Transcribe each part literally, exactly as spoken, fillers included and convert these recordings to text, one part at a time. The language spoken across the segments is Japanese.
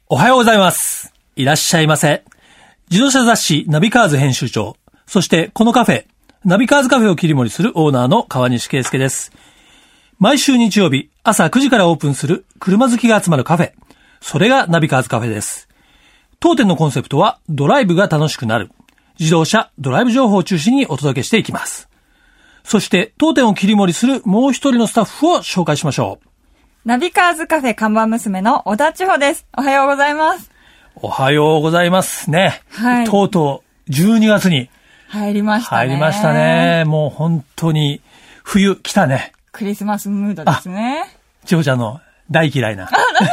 おはようございます。いらっしゃいませ。自動車雑誌ナビカーズ編集長、そしてこのカフェ、ナビカーズカフェを切り盛りするオーナーの川西圭介です。毎週日曜日朝くじからオープンする車好きが集まるカフェ、それがナビカーズカフェです。当店のコンセプトはドライブが楽しくなる。自動車、ドライブ情報を中心にお届けしていきます。そして当店を切り盛りするもう一人のスタッフを紹介しましょう。 ナビカーズカフェ看板娘の小田千穂です。おはようございます。 おはようございますね。はい。とうとうじゅうにがつに入りましたね。 入りましたね。もう本当に冬来たね。 クリスマスムードですね。 千穂ちゃんの大嫌いな。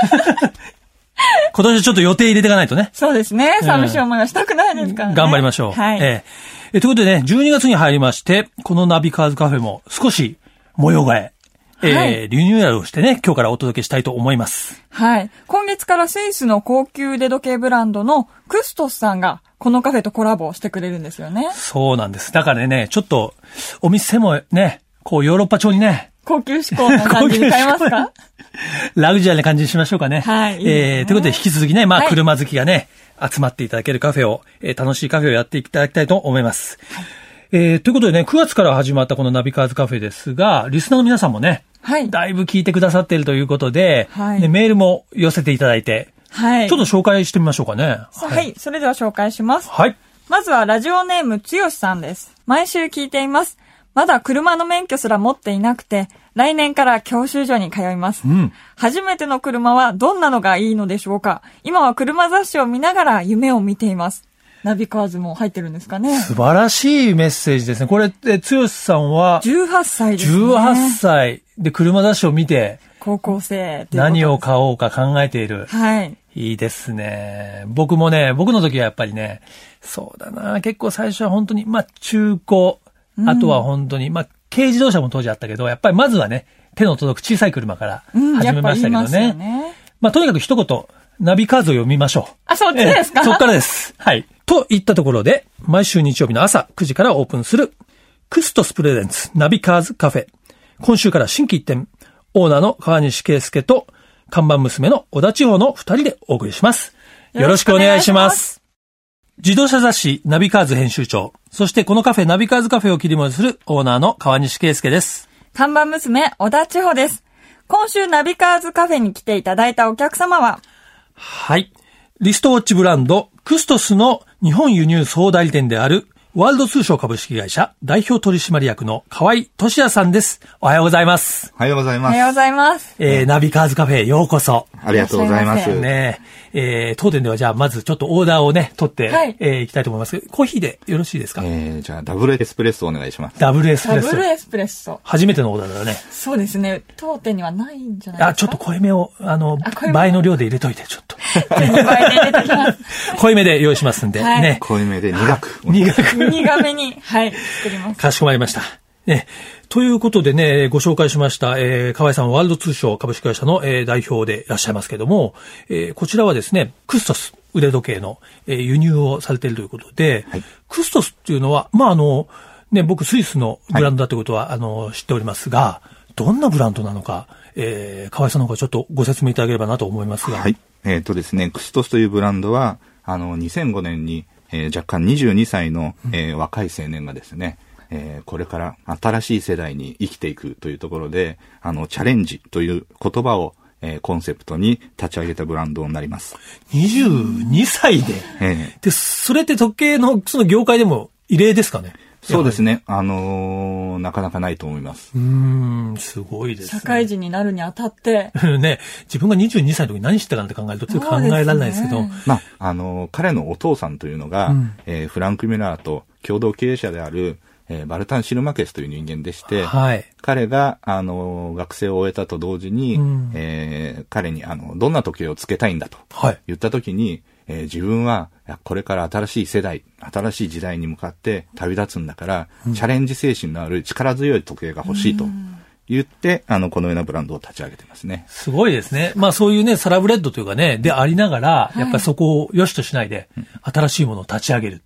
今年ちょっと予定入れていかないとね。 そうですね。寂しい思いはしたくないですからね。 頑張りましょう。はい。えー、えということでね、じゅうにがつに入りまして、このナビカーズカフェも少し模様替え。えーはい、リニューアルをしてね、今日からお届けしたいと思います。 はい。今月からスイスの高級腕時計ブランドのクストスさんがこのカフェとコラボしてくれるんですよね。 そうなんです。だからね、ちょっとお店もね、こうヨーロッパ調にね、 高級志向な感じに変えますか？ ラグジュアリーな感じにしましょうかね。 はい。いいね、えー、ということで引き続きね、まあ車好きがね、はい、集まっていただけるカフェを、えー、楽しいカフェをやっていただきたいと思います。はい。えー、ということでね、くがつから始まったこのナビカーズカフェですが、リスナーの皆さんもね、はい。だいぶ聞いてくださっているということで、はい。ね、メールも寄せていただいて、はい。ちょっと紹介してみましょうかね。 はい。はい、それでは紹介します。 はい。 まずはラジオネームつよしさんです。毎週聞いています。まだ車の免許すら持っていなくて、来年から教習所に通います。うん。初めての車はどんなのがいいのでしょうか？今は車雑誌を見ながら夢を見ています。ナビカーズも入ってるんですかね。 素晴らしいメッセージですね。これってつよしさんはじゅうはっさいですね。 じゅうはっさいで車雑誌を見て高校生何を買おうか考えている。 はい。 いいですね。僕もね、僕の時はやっぱりね、そうだな、結構最初は本当にまあ中古、うん、あとは本当にまあ軽自動車も当時あったけど、やっぱりまずはね、手の届く小さい車から始めましたけどね。うん、やっぱ言いますよね。まあとにかく一言ナビカーズを読みましょう。 あ、そっちですか？ そっからです。はい。といったところで、毎週日曜日の朝くじからオープンする、クストスプレゼンツナビカーズカフェ。今週から新規一点、オーナーの川西圭介と、看板娘の小田千穂の二人でお送りします。よろしくお願いします。自動車雑誌ナビカーズ編集長、そしてこのカフェナビカーズカフェを切り盛りするオーナーの川西圭介です。 看板娘、小田千穂です。今週ナビカーズカフェに来ていただいたお客様は、 はい。リストウォッチブランド、クストスの日本輸入総代理店である、ワールド通商株式会社代表取締役の河合俊也さんです。おはようございます。 おはようございます。 おはようございます。 えー、ナビカーズカフェへようこそ。 ありがとうございます。 ねえー、当店ではじゃあまずちょっとオーダーをね、取って、はい、えー、いきたいと思います。コーヒーでよろしいですか？ えー、じゃあダブルエスプレッソお願いします。 ダブルエスプレッソ。 ダブルエスプレッソ。 初めてのオーダーだね。 そうですね。当店にはないんじゃないですか？ あ、ちょっと濃いめを、あの、あ倍の量で入れといて、ちょっと。 倍で入れときます。 濃いめで用意しますんで、はい、ね。 濃いめで苦く。 苦く。 苦めに。はい、作ります。 かしこまりました。ね。ということでね、ご紹介しました、えー、河合さんはワールド通商株式会社の、えー、代表でいらっしゃいますけども、えー、こちらはですね、クストス腕時計の、えー、輸入をされているということで、はい、クストスっていうのは、まあ、あの、ね、僕スイスのブランドだということは、はい、あの、知っておりますが、どんなブランドなのか、えー、河合さんの方からちょっとご説明いただければなと思いますが。 はい。えっとですね、クストスというブランドは、あの、にせんごねんに、えー、若干にじゅうにさいの、えー、若い青年がですね、えー、これから新しい世代に生きていくというところで、あの、チャレンジという言葉を、えー、コンセプトに立ち上げたブランドになります。 にじゅうにさいで、えー、で、それって時計のその業界でも異例ですかね？ そうですね。あのー、なかなかないと思います。 うーん、すごいですね。 社会人になるにあたって。 ね、自分がにじゅうにさいの時に何してたかって考えるとちょっと考えられないですけど。ね、 まあ、あのー、彼のお父さんというのが、うん、えー、フランク・ミュラーと共同経営者である、えー、バルタン・シルマケスという人間でして、はい、彼が、あのー、学生を終えたと同時に、うん、えー、彼に、あの、どんな時計をつけたいんだと言った時に、はい、えー、自分はこれから新しい世代、新しい時代に向かって旅立つんだから、うん、チャレンジ精神のある力強い時計が欲しいと言って、うん、あのこのようなブランドを立ち上げてますね。 すごいですね。まあそういうねサラブレッドというかねでありながら、はい、やっぱりそこを良しとしないで、うん、新しいものを立ち上げるって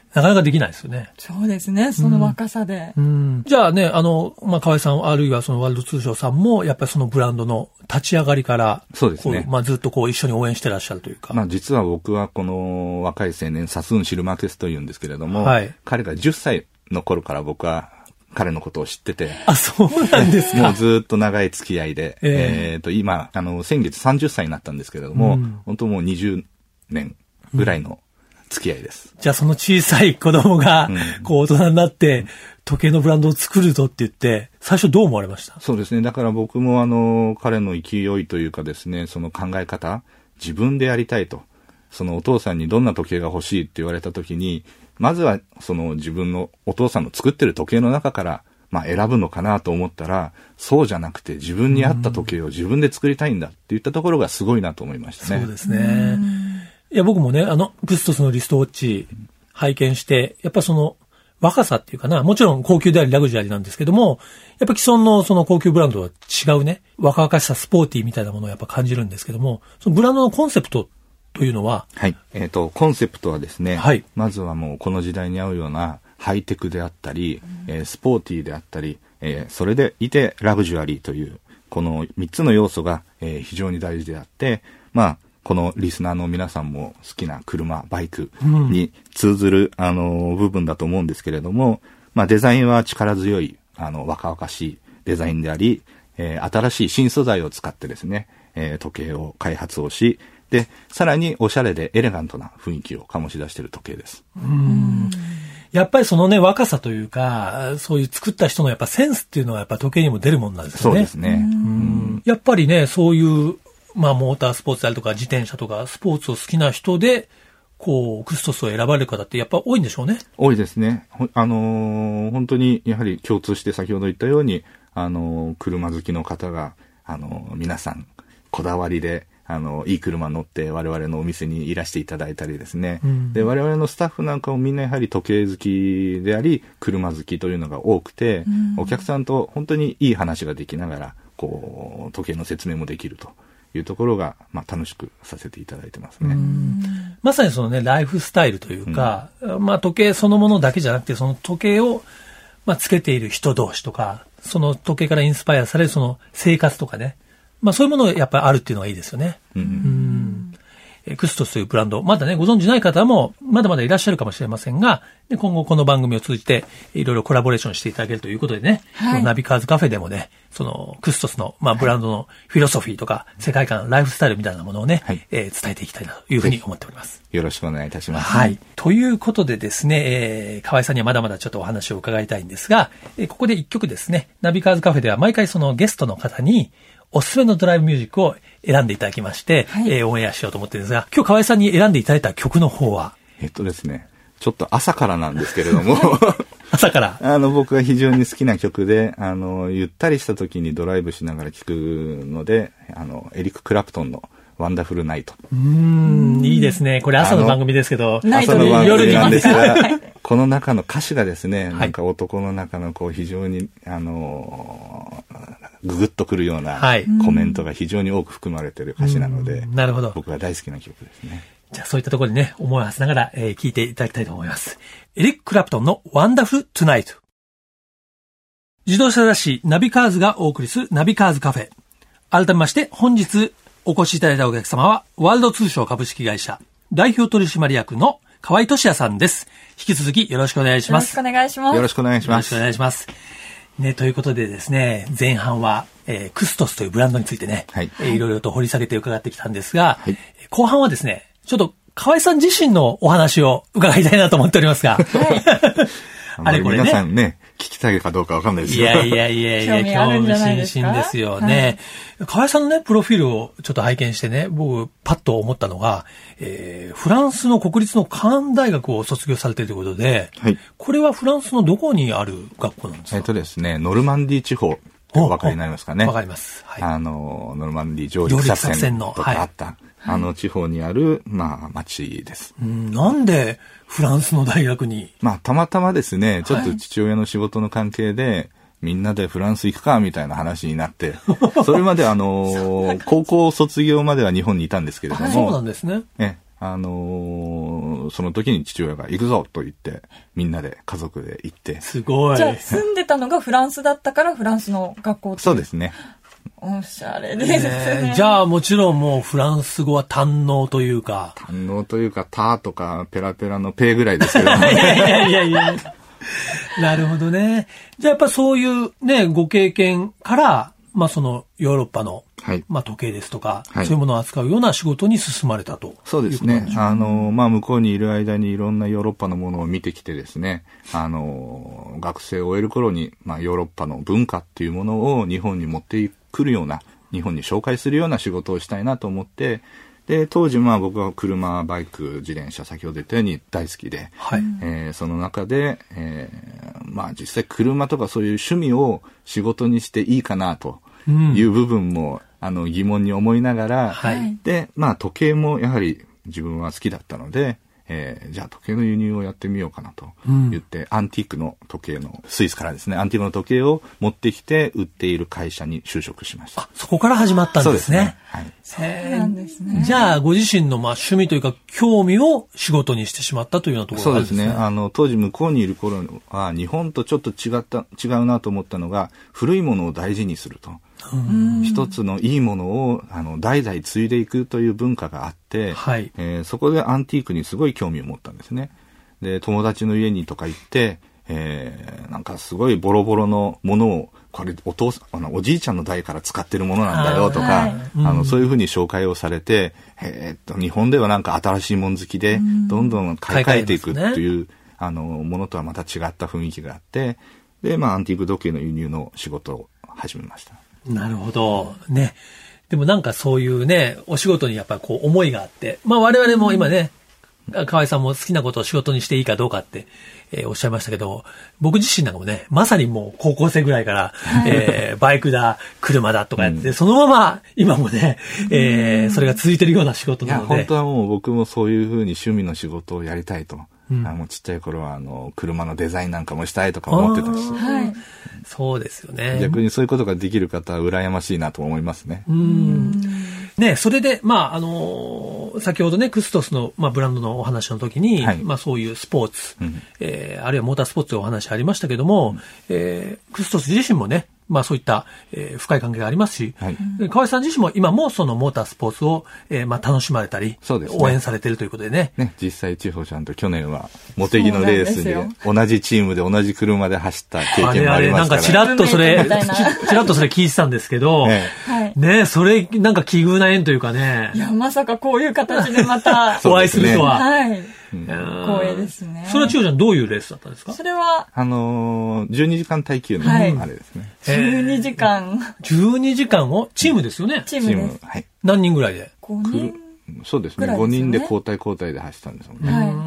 なかなかできないですよね。 そうですね、その若さで。 うんうん、じゃあね、あの、まあ、河合さん、あるいはそのワールド通商さんも、やっぱりそのブランドの立ち上がりから、 そうですね。 まあ、ずっとこう一緒に応援してらっしゃるというか。 まあ、実は僕はこの若い青年、サスーン・シルマケスというんですけれども、はい、彼がじゅっさいの頃から僕は、彼のことを知ってて。 あ、そうなんですか。 もうずっと長い付き合いで、えー、えーと、今、あの、先月さんじゅっさいになったんですけれども、うん、本当もうにじゅうねんぐらいの付き合いです。 うん、じゃあその小さい子供が、こう大人になって、時計のブランドを作るぞって言って、最初どう思われました？ そうですね。だから僕もあの、彼の勢いというかですね、その考え方、自分でやりたいと。そのお父さんにどんな時計が欲しいって言われた時に、まずはその自分のお父さんの作ってる時計の中からまあ選ぶのかなと思ったら、そうじゃなくて自分に合った時計を自分で作りたいんだっていったところがすごいなと思いましたね。 そうですね。いや僕もね、あのグストスのリストウォッチ拝見して、やっぱその若さっていうかな、もちろん高級でありラグジュアリーなんですけども、やっぱ既存のその高級ブランドは違うね、若々しさ、スポーティーみたいなものをやっぱ感じるんですけども、そのブランドのコンセプトというのは、 はい。えっと、コンセプトはですね、はい。まずはもうこの時代に合うようなハイテクであったり、うん、えー、スポーティーであったり、えー、それでいてラグジュアリーという、このみっつの要素が、えー、非常に大事であって、まあ、このリスナーの皆さんも好きな車、バイクに通ずる、うん、あの、部分だと思うんですけれども、まあ、デザインは力強い、あの、若々しいデザインであり、えー、新しい新素材を使ってですね、えー、時計を開発をし、で、さらにおしゃれでエレガントな雰囲気を醸し出している時計です。 うーん、やっぱりそのね、若さというか、そういう作った人のやっぱセンスっていうのはやっぱ時計にも出るもんなんですよね。 そうですね。うん、 やっぱりね、そういう、まあモータースポーツであるとか自転車とかスポーツを好きな人で、こう、クストスを選ばれる方ってやっぱ多いんでしょうね。 多いですね。あのー、本当にやはり共通して先ほど言ったように、あのー、車好きの方が、あのー、皆さんこだわりで、あの、いい車乗って我々のお店にいらしていただいたりですね。うん、で、我々のスタッフなんかもみんなやはり時計好きであり、車好きというのが多くて、うん、お客さんと本当にいい話ができながら、こう、時計の説明もできるというところが、まあ楽しくさせていただいてますね。うん、 まさにそのね、ライフスタイルというか、うん、まあ時計そのものだけじゃなくて、その時計を、まあつけている人同士とか、その時計からインスパイアされるその生活とかね、まあそういうものがやっぱりあるっていうのがいいですよね。うんうんうん、クストスというブランド、まだね、ご存知ない方もまだまだいらっしゃるかもしれませんが、で今後この番組を通じていろいろコラボレーションしていただけるということでね、はい、ナビカーズカフェでもね、そのクストスの、まあ、ブランドのフィロソフィーとか世界観、ライフスタイルみたいなものをね、はい、えー、伝えていきたいなというふうに思っております。 よろしくお願いいたします。 はい。ということでですね、えー、河合さんにはまだまだちょっとお話を伺いたいんですが、えー、ここで一曲ですね、ナビカーズカフェでは毎回そのゲストの方におすすめのドライブミュージックを選んでいただきまして、はい、えー、オンエアしようと思ってるんですが、今日河合さんに選んでいただいた曲の方はえっとですね、ちょっと朝からなんですけれども朝からあの僕が非常に好きな曲で、あのゆったりした時にドライブしながら聴くので、あのエリック・クラプトンのワンダフルナイト。 うーん、いいですね。これ朝の番組ですけど、 朝の番組なんですが、この中の歌詞がですね、なんか男の中のこう非常にあのググッとくるようなコメントが非常に多く含まれている歌詞なので、 なるほど。 僕が大好きな曲ですね。 じゃあそういったところにね、思いを馳せながら、えー、聴いていただきたいと思います。エリック・クラプトンのワンダフル・トゥナイト。自動車雑誌ナビカーズがお送りするナビカーズカフェ。改めまして本日お越しいただいたお客様はワールド通商株式会社代表取締役の河合俊也さんです。引き続きよろしくお願いします。 よろしくお願いします。 よろしくお願いします。 よろしくお願いします。ね、ということでですね、前半は、えー、クストスというブランドについてね、はい、えー、いろいろと掘り下げて伺ってきたんですが、はい、後半はですね、ちょっと河合さん自身のお話を伺いたいなと思っておりますが、はい、 あれこれね、皆さんね、聞きたいかどうかわかんないですよ。 いやいやいやいや、興味津々ですよね。はい、河合さんのね、プロフィールをちょっと拝見してね、僕、パッと思ったのが、えー、フランスの国立のカーン大学を卒業されているということで、はい、これはフランスのどこにある学校なんですか？ えっとですね、ノルマンディー地方、お分かりになりますかね。 わかります。 はい、あの、ノルマンディー上陸作戦とかあった、はい、あの地方にある、まあ、町です。 うん、なんでフランスの大学に？ まあ、たまたまですね、ちょっと父親の仕事の関係で、はい、みんなでフランス行くか、みたいな話になって、それまであの、高校卒業までは日本にいたんですけれども。 そうなんですね。 え、あの、 の、その時に父親が行くぞと言って、みんなで家族で行って。 すごい。 じゃあ住んでたのがフランスだったからフランスの学校って。 そうですね。 おしゃれですね。 ねじゃあもちろんもうフランス語は堪能というか。 堪能というか、タとかペラペラのペぐらいですけどね。 いやいやいやいや。なるほどね。じゃあやっぱそういうね、ご経験から、まあそのヨーロッパの、はい、まあ時計ですとか、はい、そういうものを扱うような仕事に進まれたと。 そうですね。あの、まあ向こうにいる間にいろんなヨーロッパのものを見てきてですね、あの、学生を終える頃に、まあヨーロッパの文化っていうものを日本に持ってくるような、日本に紹介するような仕事をしたいなと思って、で、当時まあ僕は車、バイク、自転車、先ほど言ったように大好きで、はい、えー、その中で、えー、まあ実際車とかそういう趣味を仕事にしていいかなという部分も、うん、あの疑問に思いながら、はい、で、まあ時計もやはり自分は好きだったので、えー、じゃあ時計の輸入をやってみようかなと言って、うん、アンティークの時計の、スイスからですね、アンティークの時計を持ってきて売っている会社に就職しました。 あ、そこから始まったんですね。 そうですね。はい。そうなんですね。 じゃあ、ご自身のまあ趣味というか、興味を仕事にしてしまったというようなところがあるんですね。 そうですね。あの、当時向こうにいる頃は、日本とちょっと違った、違うなと思ったのが、古いものを大事にすると。一つのいいものをあの代々継いでいくという文化があって、はい、えー、そこでアンティークにすごい興味を持ったんですね。で、友達の家にとか行って、えー、なんかすごいボロボロのものを、これお父さん、あのおじいちゃんの代から使ってるものなんだよとか、あ、はい、あのそういうふうに紹介をされて、えー、っと日本ではなんか新しいもん好きで、どんどん買い替えていくっていう、ね、あのものとはまた違った雰囲気があって、で、まあアンティーク時計の輸入の仕事を始めました。 なるほど。ね。でもなんかそういうね、お仕事にやっぱりこう思いがあって、まあ我々も今ね、河合さんも好きなことを仕事にしていいかどうかって、えー、おっしゃいましたけど、僕自身なんかもね、まさにもう高校生ぐらいから、はい、えー、バイクだ、車だとかやって、うん、そのまま今もね、えー、それが続いてるような仕事なので。 いや、本当はもう僕もそういうふうに趣味の仕事をやりたいと。うん、あのちっちゃい頃はあの車のデザインなんかもしたいとか思ってたし、 はい、 そうですよね。 逆にそういうことができる方は羨ましいなと思いますね。 うん。ね、それでまああのー、先ほどねクストスのまあブランドのお話の時に、はい、まあそういうスポーツ、うん、えー、あるいはモータースポーツのお話ありましたけども、うん、えー、クストス自身もね。まあそういった、えー、深い関係がありますし、はい、河合さん自身も今もそのモータースポーツを、えー、まあ楽しまれたり、そうですね、応援されているということでね。 ね、実際千穂ちゃんと去年は茂木のレースで同じチームで同じ車で走った経験もありますから。 あれあれなんかちらっとそれ、ちらっとそれ聞いてたんですけど、ね、ね、それなんか奇遇な縁というかね。 いや、まさかこういう形でまたお会いするとは。 はい。うん、光栄ですね。 それは千穂ちゃんどういうレースだったんですか？ それはあのー、じゅうにじかん耐久のあれですね。 はい、じゅうにじかん。 じゅうにじかんをチームですよね。 チームです。 はい。 何人ぐらいで？ ごにん。 そうですね。ごにんで交代交代で走ったんですよね。 はい。 うん、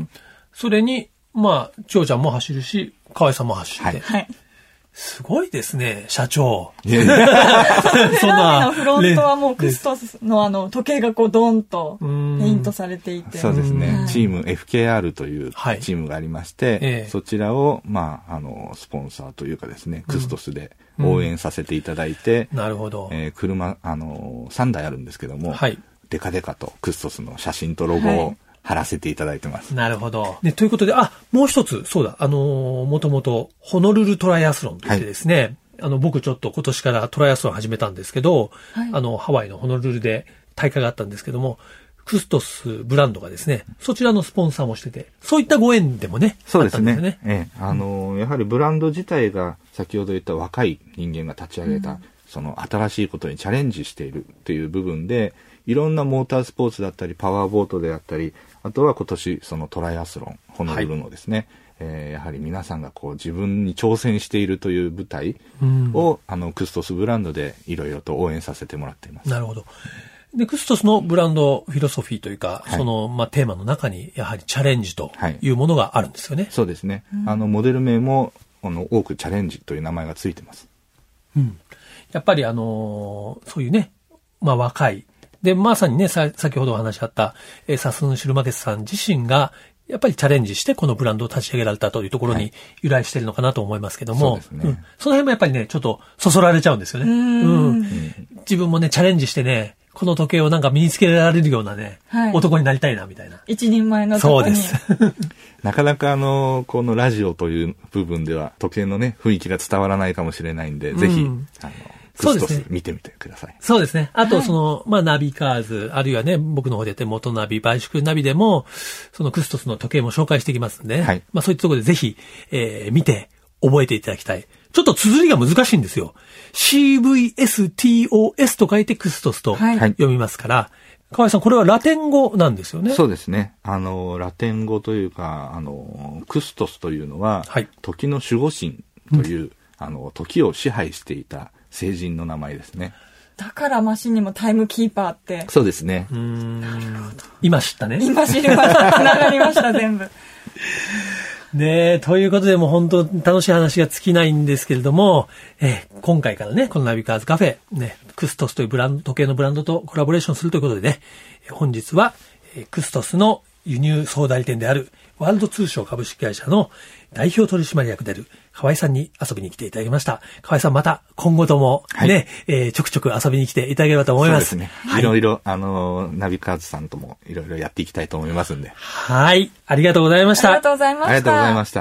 それにまあ千穂ちゃんも走るし、河合さんも走って。 はい。 すごいですね、社長。 いやいやそんな。のフロントはもうクストスのあの時計がこうドーンとペイントされていて。 そうですね。チーム エフケーアール というチームがありまして、はい、ええ、そちらを、まあ、あの、スポンサーというかですね、クストスで応援させていただいて、 うん、なるほど。 えー、車、あの、さんだいあるんですけども、はい、デカデカとクストスの写真とロゴを、はい、貼らせていただいてます。 なるほど。ね、ということで、あ、もう一つ、そうだ、あのー、もともと、ホノルルトライアスロンといってですね、はい、あの、僕ちょっと今年からトライアスロン始めたんですけど、はい、あの、ハワイのホノルルで大会があったんですけども、クストスブランドがですね、そちらのスポンサーもしてて、そういったご縁でもね、 そうですね。あったんですね。ええ、あのー、やはりブランド自体が、先ほど言った若い人間が立ち上げた、うん、その新しいことにチャレンジしているっていう部分で、いろんなモータースポーツだったり、パワーボートであったり、あとは今年そのトライアスロン、ホノルルのですね、はい、えー、やはり皆さんがこう自分に挑戦しているという舞台を、うん、あのクストスブランドでいろいろと応援させてもらっています。 なるほど。で、クストスのブランドフィロソフィーというか、はい、その、まあ、テーマの中にやはりチャレンジというものがあるんですよね。はい、 そうですね。うん、あの、モデル名も、あの、多くチャレンジという名前がついてます。 うん。やっぱりあのー、そういうね、まあ、若い、で、まさにね、さ、先ほどお話しあった、えー、サスンシルマケスさん自身が、やっぱりチャレンジしてこのブランドを立ち上げられたというところに由来しているのかなと思いますけども、はい、そうですね、うん。その辺もやっぱりね、ちょっとそそられちゃうんですよね。うんうん、自分もね、チャレンジしてね、 この時計をなんか身につけられるようなね、はい、男になりたいなみたいな。 一人前の男に。 そうです。 なかなかあの、このラジオという部分では時計のね、雰囲気が伝わらないかもしれないんで、うん、ぜひ、あの、クストス見てみてください。 そうですね。あと、その、はい、まあ、ナビカーズ、あるいはね、僕の方でやって元ナビ、バイシクルナビでも、そのクストスの時計も紹介していきますんで、はい、まあ、そういったところでぜひ、えー、見て、覚えていただきたい。ちょっと綴りが難しいんですよ。シーブイエスティーオーエス と書いてクストスと読みますから、はい、河合さん、これはラテン語なんですよね。 そうですね。あの、ラテン語というか、あの、クストスというのは、はい、時の守護神という、うん、あの、時を支配していた聖人の名前ですね。 だからマシンにもタイムキーパーって。 そうですね。 うーん、なるほど。今知ったね。 今知りました。繋がりました、全部。 ねえ、ということでもう本当楽しい話が尽きないんですけれども、えー、今回からね、このナビカーズカフェ、ね、クストスというブランド、時計のブランドとコラボレーションするということでね、本日は、えー、クストスの輸入総代理店であるワールド通商株式会社の代表取締役である河合さんに遊びに来ていただきました。河合さんまた今後ともね、はい、えー、ちょくちょく遊びに来ていただければと思います。 そうですね。はい、いろいろ、あの、ナビカーズさんともいろいろやっていきたいと思いますんで。 はい。ありがとうございました。 ありがとうございました。 ありがとうございました。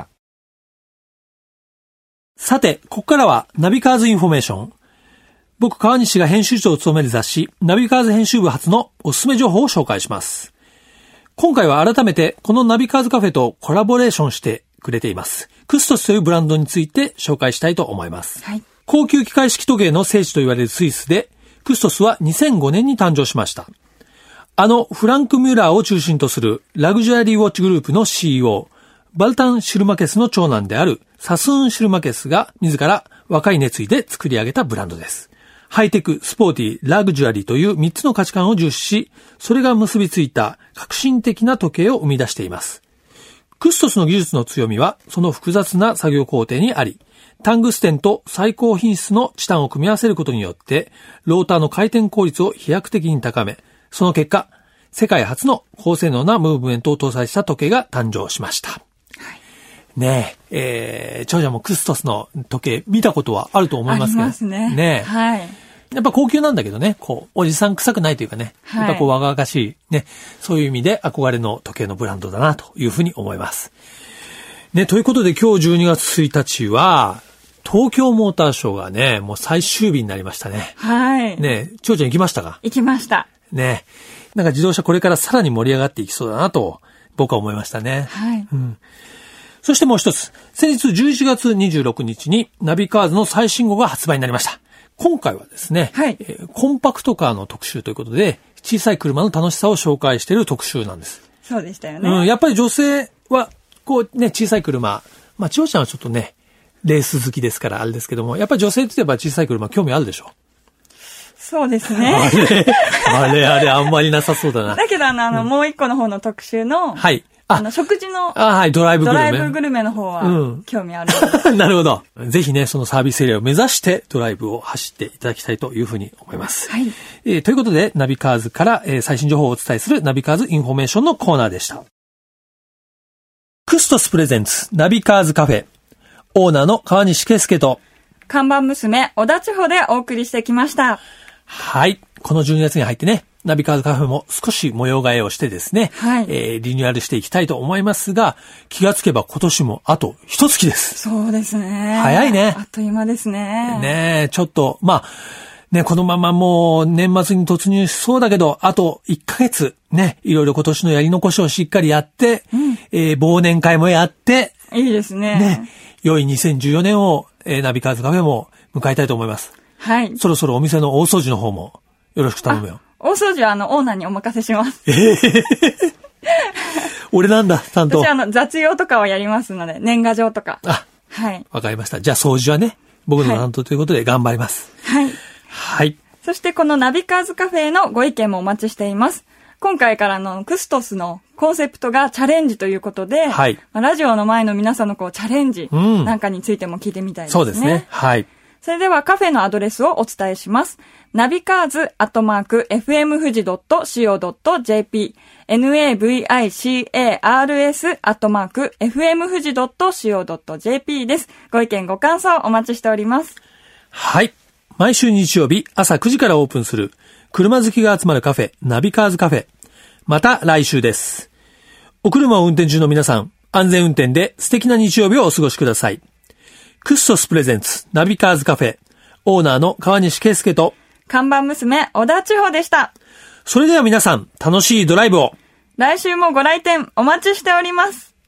さて、ここからはナビカーズインフォメーション。僕、川西が編集長を務める雑誌、ナビカーズ編集部初のおすすめ情報を紹介します。今回は改めてこのナビカーズカフェとコラボレーションしてくれています。クストスというブランドについて紹介したいと思います。はい、高級機械式時計の聖地と言われるスイスで、クストスはにせんごねんに誕生しました。あのフランク・ミュラーを中心とするラグジュアリーウォッチグループの シーイーオー、バルタン・シルマケスの長男であるサスーン・シルマケスが自ら若い熱意で作り上げたブランドです。ハイテク、スポーティー、ラグジュアリーというみっつの価値観を重視し、それが結びついた革新的な時計を生み出しています。クストスの技術の強みは、その複雑な作業工程にあり、タングステンと最高品質のチタンを組み合わせることによって、ローターの回転効率を飛躍的に高め、その結果、世界初の高性能なムーブメントを搭載した時計が誕生しました。はい、ねえ、えー、長者もクストスの時計見たことはあると思いますけど。 ありますね。 ねえ。 はい。 やっぱ高級なんだけどね、こう、おじさん臭くないというかね、はい、やっぱこう若々しい、ね、そういう意味で憧れの時計のブランドだなというふうに思います。ね、ということで今日じゅうにがつついたちは、東京モーターショーがね、もう最終日になりましたね。 はい。 ね、長ちゃん行きましたか？ 行きました。 ね、なんか自動車これからさらに盛り上がっていきそうだなと、僕は思いましたね。 はい。 うん。そしてもう一つ、先日じゅういちがつにじゅうろくにちにナビカーズの最新号が発売になりました。今回はですね、はい、えー、コンパクトカーの特集ということで、小さい車の楽しさを紹介している特集なんです。 そうでしたよね。 うん、やっぱり女性は、こうね、小さい車、まあ、千代ちゃんはちょっとね、レース好きですからあれですけども、やっぱり女性って言えば小さい車興味あるでしょ？ そうですね。 あれ、あれ、あれ、あんまりなさそうだな。 だけど、あの、あの、うん、もう一個の方の特集の、 はい。 あの、食事の、 あ、はい、ドライブグルメ。 ドライブグルメの方は、興味ある、 うん。なるほど。ぜひね、そのサービスエリアを目指してドライブを走っていただきたいというふうに思います。 はい。 えー、ということで、ナビカーズから、えー、最新情報をお伝えするナビカーズインフォメーションのコーナーでした。クストスプレゼンツナビカーズカフェ。オーナーの川西圭介と、 看板娘、小田千穂でお送りしてきました。 はい。このじゅうにがつに入ってね、ナビカーズカフェも少し模様替えをしてですね、はい、えー、リニューアルしていきたいと思いますが、気がつけば今年もあと一月です。 そうですね。 早いね。 あっという間ですね。 ねえ、ちょっと、まあ、ね、このままもう年末に突入しそうだけど、あといっかげつ、ね、いろいろ今年のやり残しをしっかりやって、うん、えー、忘年会もやって、 いいですね。 ね、良いにせんじゅうよねんを、えー、ナビカーズカフェも迎えたいと思います。 はい。 そろそろお店の大掃除の方もよろしく頼むよ。 大掃除はあの、オーナーにお任せします。 えー、俺なんだ、担当。 私あの、雑用とかはやりますので、年賀状とか。 あ、 はい。 わかりました。じゃあ掃除はね、僕の担当ということで頑張ります。 はい。 はい。 そしてこのナビカーズカフェへのご意見もお待ちしています。今回からのクストスのコンセプトがチャレンジということで、はい。ラジオの前の皆さんのこうチャレンジなんかについても聞いてみたいですね。 そうですね。はい。 それではカフェのアドレスをお伝えします。ナビカーズアットマーク エフエムフジドットシーオードットジェーピー ナビカーズ アットマーク エフエムフジドットシーオードットジェーピー です。ご意見ご感想お待ちしております。 はい。毎週日曜日朝くじからオープンする車好きが集まるカフェ、ナビカーズカフェ。また来週です。お車を運転中の皆さん、安全運転で素敵な日曜日をお過ごしください。クッソスプレゼンツ、ナビカーズカフェ、オーナーの川西圭介と、 看板娘、小田千穂でした。 それでは皆さん、楽しいドライブを。 来週もご来店お待ちしております。